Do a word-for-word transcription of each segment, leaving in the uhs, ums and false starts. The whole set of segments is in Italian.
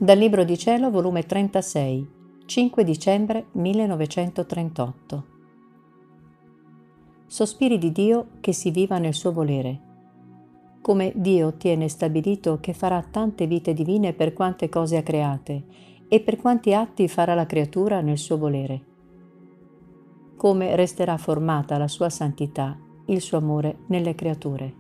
Dal Libro di Cielo, volume trentasei, cinque dicembre millenovecentotrentotto. Sospiri di Dio che si viva nel suo volere. Come Dio tiene stabilito che farà tante vite divine per quante cose ha create e per quanti atti farà la creatura nel suo volere. Come resterà formata la sua santità, il suo amore nelle creature.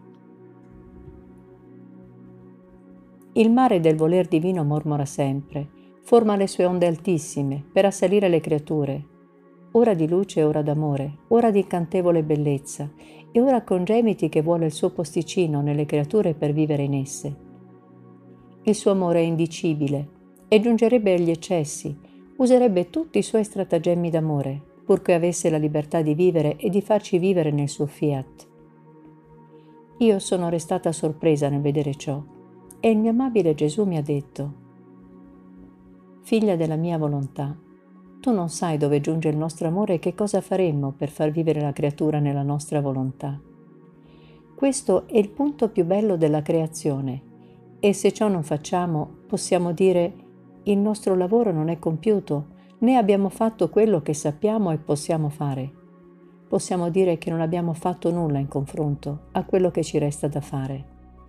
Il mare del voler divino mormora sempre, forma le sue onde altissime per assalire le creature, ora di luce e ora d'amore, ora di incantevole bellezza, e ora con gemiti che vuole il suo posticino nelle creature per vivere in esse. Il suo amore è indicibile e giungerebbe agli eccessi, userebbe tutti i suoi stratagemmi d'amore, purché avesse la libertà di vivere e di farci vivere nel suo fiat. Io sono restata sorpresa nel vedere ciò, e il mio amabile Gesù mi ha detto: «Figlia della mia volontà, tu non sai dove giunge il nostro amore e che cosa faremmo per far vivere la creatura nella nostra volontà. Questo è il punto più bello della creazione, e se ciò non facciamo, possiamo dire: il nostro lavoro non è compiuto, né abbiamo fatto quello che sappiamo e possiamo fare. Possiamo dire che non abbiamo fatto nulla in confronto a quello che ci resta da fare.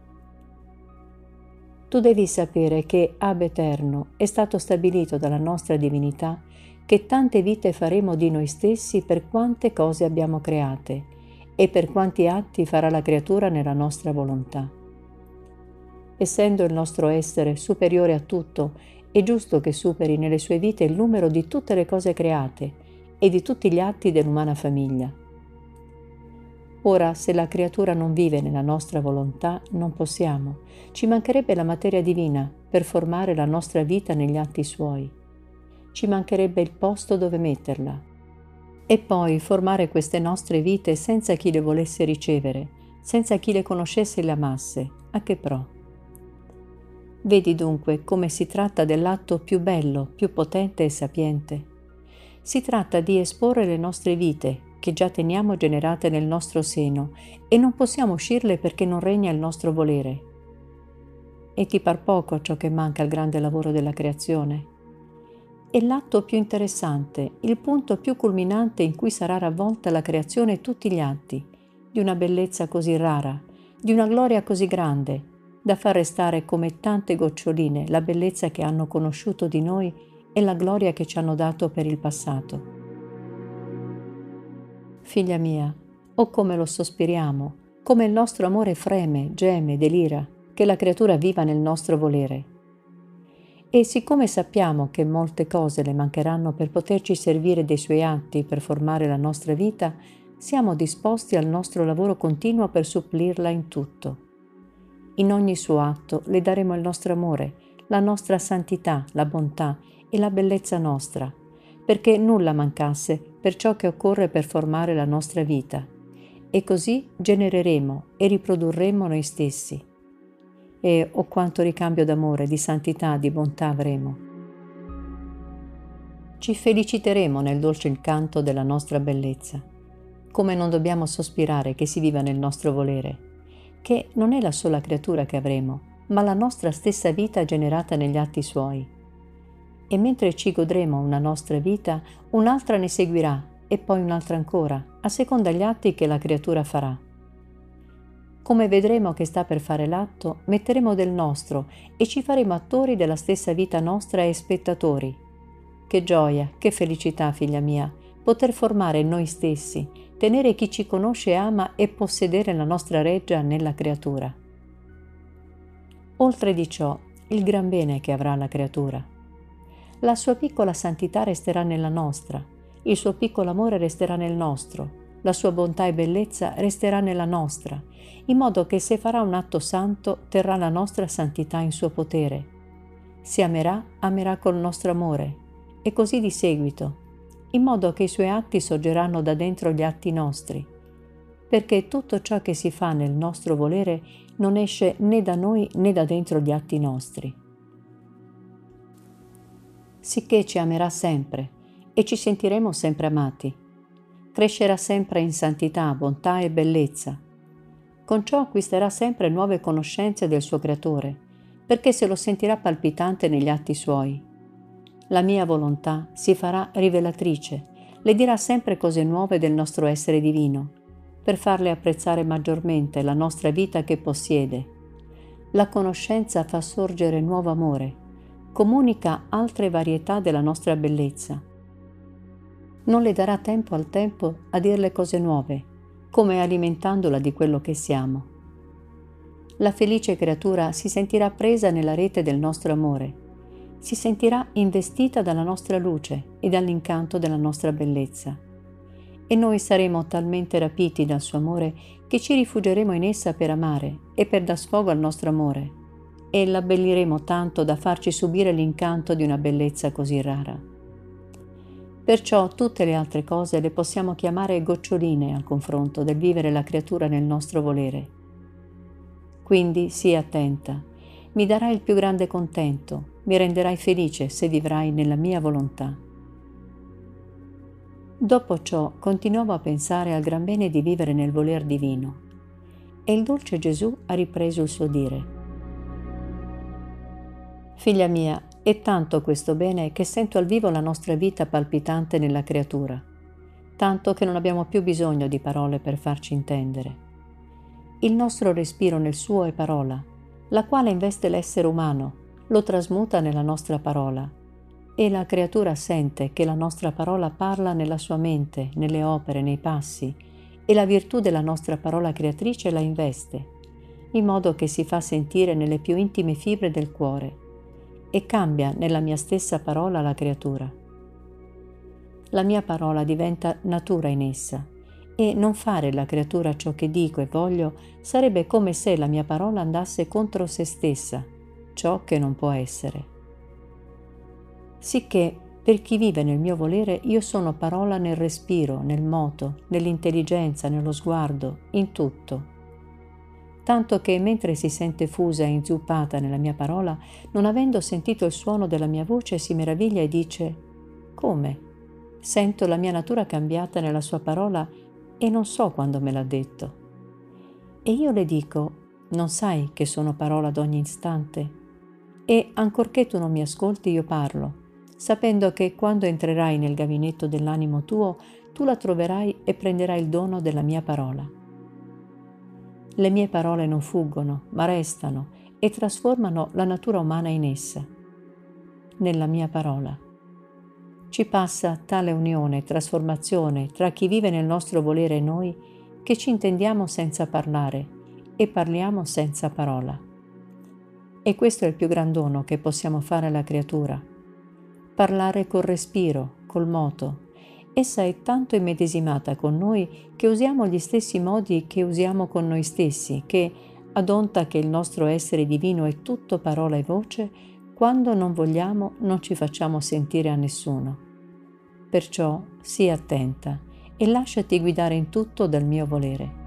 Tu devi sapere che ab eterno è stato stabilito dalla nostra divinità che tante vite faremo di noi stessi per quante cose abbiamo create e per quanti atti farà la creatura nella nostra volontà. Essendo il nostro essere superiore a tutto, è giusto che superi nelle sue vite il numero di tutte le cose create e di tutti gli atti dell'umana famiglia. Ora, se la creatura non vive nella nostra volontà, non possiamo. Ci mancherebbe la materia divina per formare la nostra vita negli atti suoi. Ci mancherebbe il posto dove metterla. E poi formare queste nostre vite senza chi le volesse ricevere, senza chi le conoscesse e le amasse. A che pro? Vedi dunque come si tratta dell'atto più bello, più potente e sapiente. Si tratta di esporre le nostre vite, che già teniamo generate nel nostro seno, e non possiamo uscirle perché non regna il nostro volere. E ti par poco ciò che manca al grande lavoro della creazione? È l'atto più interessante, il punto più culminante in cui sarà ravvolta la creazione e tutti gli atti, di una bellezza così rara, di una gloria così grande, da far restare come tante goccioline la bellezza che hanno conosciuto di noi e la gloria che ci hanno dato per il passato. Figlia mia, oh come lo sospiriamo, come il nostro amore freme, geme, delira, che la creatura viva nel nostro volere. E siccome sappiamo che molte cose le mancheranno per poterci servire dei suoi atti per formare la nostra vita, siamo disposti al nostro lavoro continuo per supplirla in tutto. In ogni suo atto le daremo il nostro amore, la nostra santità, la bontà e la bellezza nostra, perché nulla mancasse per ciò che occorre per formare la nostra vita, e così genereremo e riprodurremo noi stessi. E oh quanto ricambio d'amore, di santità, di bontà avremo! Ci feliciteremo nel dolce incanto della nostra bellezza. Come non dobbiamo sospirare che si viva nel nostro volere, che non è la sola creatura che avremo, ma la nostra stessa vita generata negli atti suoi. E mentre ci godremo una nostra vita, un'altra ne seguirà, e poi un'altra ancora, a seconda gli atti che la creatura farà. Come vedremo che sta per fare l'atto, metteremo del nostro e ci faremo attori della stessa vita nostra e spettatori. Che gioia, che felicità, figlia mia, poter formare noi stessi, tenere chi ci conosce e ama e possedere la nostra reggia nella creatura. Oltre di ciò, il gran bene che avrà la creatura. La sua piccola santità resterà nella nostra, il suo piccolo amore resterà nel nostro, la sua bontà e bellezza resterà nella nostra, in modo che se farà un atto santo terrà la nostra santità in suo potere. Se amerà, amerà col nostro amore, e così di seguito, in modo che i suoi atti sorgeranno da dentro gli atti nostri, perché tutto ciò che si fa nel nostro volere non esce né da noi né da dentro gli atti nostri. Sicché ci amerà sempre e ci sentiremo sempre amati. Crescerà sempre in santità, bontà e bellezza. Con ciò acquisterà sempre nuove conoscenze del suo creatore, perché se lo sentirà palpitante negli atti suoi. La mia volontà si farà rivelatrice, le dirà sempre cose nuove del nostro essere divino, per farle apprezzare maggiormente la nostra vita che possiede. La conoscenza fa sorgere nuovo amore, comunica altre varietà della nostra bellezza. Non le darà tempo al tempo a dirle cose nuove, come alimentandola di quello che siamo. La felice creatura si sentirà presa nella rete del nostro amore, si sentirà investita dalla nostra luce e dall'incanto della nostra bellezza. E noi saremo talmente rapiti dal suo amore che ci rifugieremo in essa per amare e per dar sfogo al nostro amore, e l'abbelliremo tanto da farci subire l'incanto di una bellezza così rara. Perciò tutte le altre cose le possiamo chiamare goccioline al confronto del vivere la creatura nel nostro volere. Quindi sii attenta, mi darai il più grande contento, mi renderai felice se vivrai nella mia volontà. Dopo ciò continuavo a pensare al gran bene di vivere nel voler divino, e il dolce Gesù ha ripreso il suo dire: Figlia mia, è tanto questo bene che sento al vivo la nostra vita palpitante nella creatura, tanto che non abbiamo più bisogno di parole per farci intendere. Il nostro respiro nel suo è parola, la quale investe l'essere umano, lo trasmuta nella nostra parola, e la creatura sente che la nostra parola parla nella sua mente, nelle opere, nei passi, e la virtù della nostra parola creatrice la investe, in modo che si fa sentire nelle più intime fibre del cuore, e cambia nella mia stessa parola la creatura. La mia parola diventa natura in essa, e non fare la creatura ciò che dico e voglio sarebbe come se la mia parola andasse contro se stessa, ciò che non può essere. Sicché per chi vive nel mio volere io sono parola nel respiro, nel moto, nell'intelligenza, nello sguardo, in tutto. Tanto che mentre si sente fusa e inzuppata nella mia parola, non avendo sentito il suono della mia voce, si meraviglia e dice: come? Sento la mia natura cambiata nella sua parola e non so quando me l'ha detto. E io le dico: non sai che sono parola ad ogni istante? E ancorché tu non mi ascolti, io parlo, sapendo che quando entrerai nel gabinetto dell'animo tuo, tu la troverai e prenderai il dono della mia parola. Le mie parole non fuggono, ma restano e trasformano la natura umana in essa, nella mia parola. Ci passa tale unione e trasformazione tra chi vive nel nostro volere e noi, che ci intendiamo senza parlare e parliamo senza parola. E questo è il più gran dono che possiamo fare alla creatura: parlare col respiro, col moto. Essa è tanto immedesimata con noi che usiamo gli stessi modi che usiamo con noi stessi, che, ad onta che il nostro essere divino è tutto parola e voce, quando non vogliamo non ci facciamo sentire a nessuno. Perciò sii attenta e lasciati guidare in tutto dal mio volere.